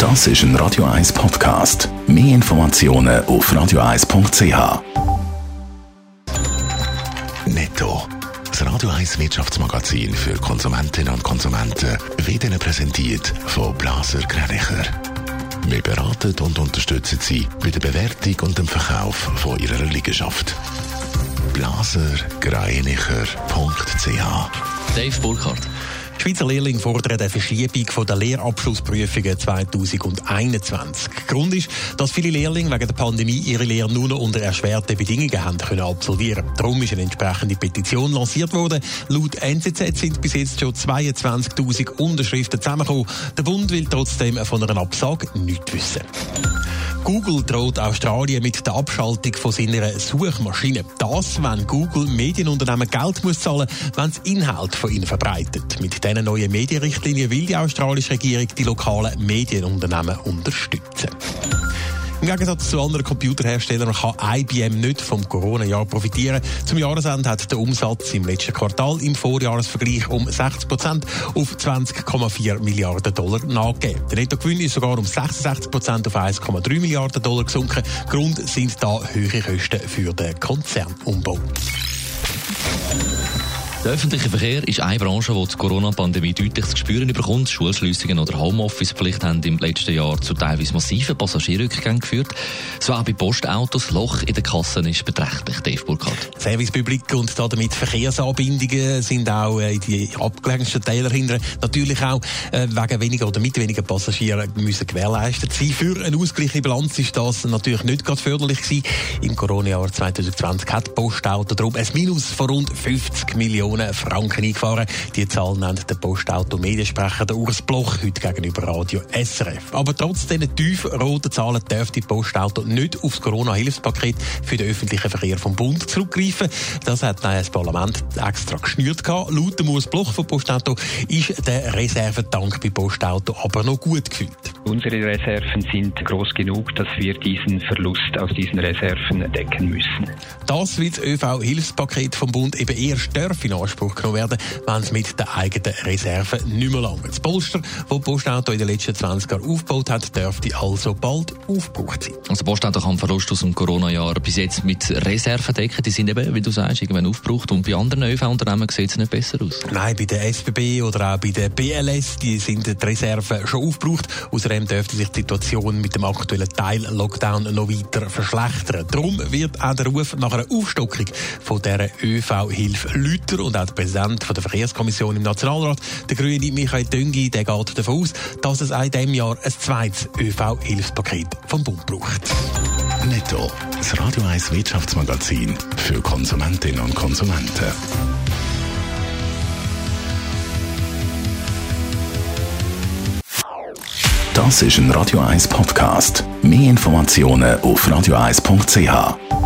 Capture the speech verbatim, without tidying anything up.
Das ist ein Radio eins Podcast. Mehr Informationen auf radio eins punkt c h. Netto, das Radio eins Wirtschaftsmagazin für Konsumentinnen und Konsumenten, wird Ihnen präsentiert von Blaser Greinicher. Wir beraten und unterstützen Sie bei der Bewertung und dem Verkauf von Ihrer Liegenschaft. blaser greinicher punkt c h. Dave Burkhardt. Die Schweizer Lehrlinge fordern eine Verschiebung der Lehrabschlussprüfungen zwanzig einundzwanzig. Grund ist, dass viele Lehrlinge wegen der Pandemie ihre Lehre nur noch unter erschwerten Bedingungen haben können absolvieren. Darum ist eine entsprechende Petition lanciert worden. Laut N Z Z sind bis jetzt schon zweiundzwanzigtausend Unterschriften zusammengekommen. Der Bund will trotzdem von einer Absage nichts wissen. Google droht Australien mit der Abschaltung von seiner Suchmaschine. Das, wenn Google Medienunternehmen Geld muss zahlen, wenn es Inhalt von ihnen verbreitet. Mit diesen neuen Medienrichtlinien will die australische Regierung die lokalen Medienunternehmen unterstützen. Im Gegensatz zu anderen Computerherstellern kann I B M nicht vom Corona-Jahr profitieren. Zum Jahresende hat der Umsatz im letzten Quartal im Vorjahresvergleich um sechzig Prozent auf zwanzig Komma vier Milliarden Dollar nachgegeben. Der Nettogewinn ist sogar um sechsundsechzig Prozent auf eins Komma drei Milliarden Dollar gesunken. Grund sind da höhere Kosten für den Konzernumbau. Der öffentliche Verkehr ist eine Branche, die die Corona-Pandemie deutlich zu spüren bekommt. Schulschliessungen oder Homeoffice-Pflicht haben im letzten Jahr zu teilweise massiven Passagierrückgängen geführt. So auch bei Postautos. Loch in den Kassen ist beträchtlich. Dave Burkhardt. Service Public und damit Verkehrsanbindungen sind auch in die abgelegensten Täler hinten natürlich auch äh, wegen weniger oder mit weniger Passagieren müssen gewährleistet sein. Für eine ausgeglichene Bilanz ist das natürlich nicht gerade förderlich gewesen. Im Corona-Jahr zwanzig zwanzig hat Postauto darum ein Minus von rund fünfzig Millionen Franken eingefahren. Die Zahl nennt der Postauto-Mediensprecher der Urs Bloch heute gegenüber Radio S R F. Aber trotz diesen tiefroten Zahlen dürfte die Postauto nicht auf das Corona-Hilfspaket für den öffentlichen Verkehr vom Bund zurückgreifen. Das hat das Parlament extra geschnürt gehabt. Laut dem Urs Bloch von Postauto ist der Reservetank bei Postauto aber noch gut gefüllt. Unsere Reserven sind groß genug, dass wir diesen Verlust aus diesen Reserven decken müssen. Das will das Ö V-Hilfspaket vom Bund eben erst in Anspruch genommen werden, wenn es mit den eigenen Reserven nicht mehr lange. Das Polster, das Postauto in den letzten zwanzig Jahren aufgebaut hat, dürfte also bald aufgebraucht sein. Also Postauto kann Verlust aus dem Corona-Jahr bis jetzt mit Reserven decken. Die sind eben, wie du sagst, irgendwann aufgebraucht. Und bei anderen Ö V-Unternehmen sieht es nicht besser aus. Nein, bei der S B B oder auch bei der B L S, die sind die Reserven schon aufgebraucht. Außerdem dürfte sich die Situation mit dem aktuellen Teil-Lockdown noch weiter verschlechtern. Darum wird auch der Ruf nach einer Aufstockung von dieser Ö V-Hilfe lauter. Und auch der Präsident von der Verkehrskommission im Nationalrat, der Grüne Michael Döngi, der geht davon aus, dass es auch in diesem Jahr ein zweites Ö V-Hilfspaket vom Bund braucht. Netto, das Radio eins Wirtschaftsmagazin für Konsumentinnen und Konsumenten. Das ist ein Radio eins Podcast. Mehr Informationen auf radio eins punkt c h.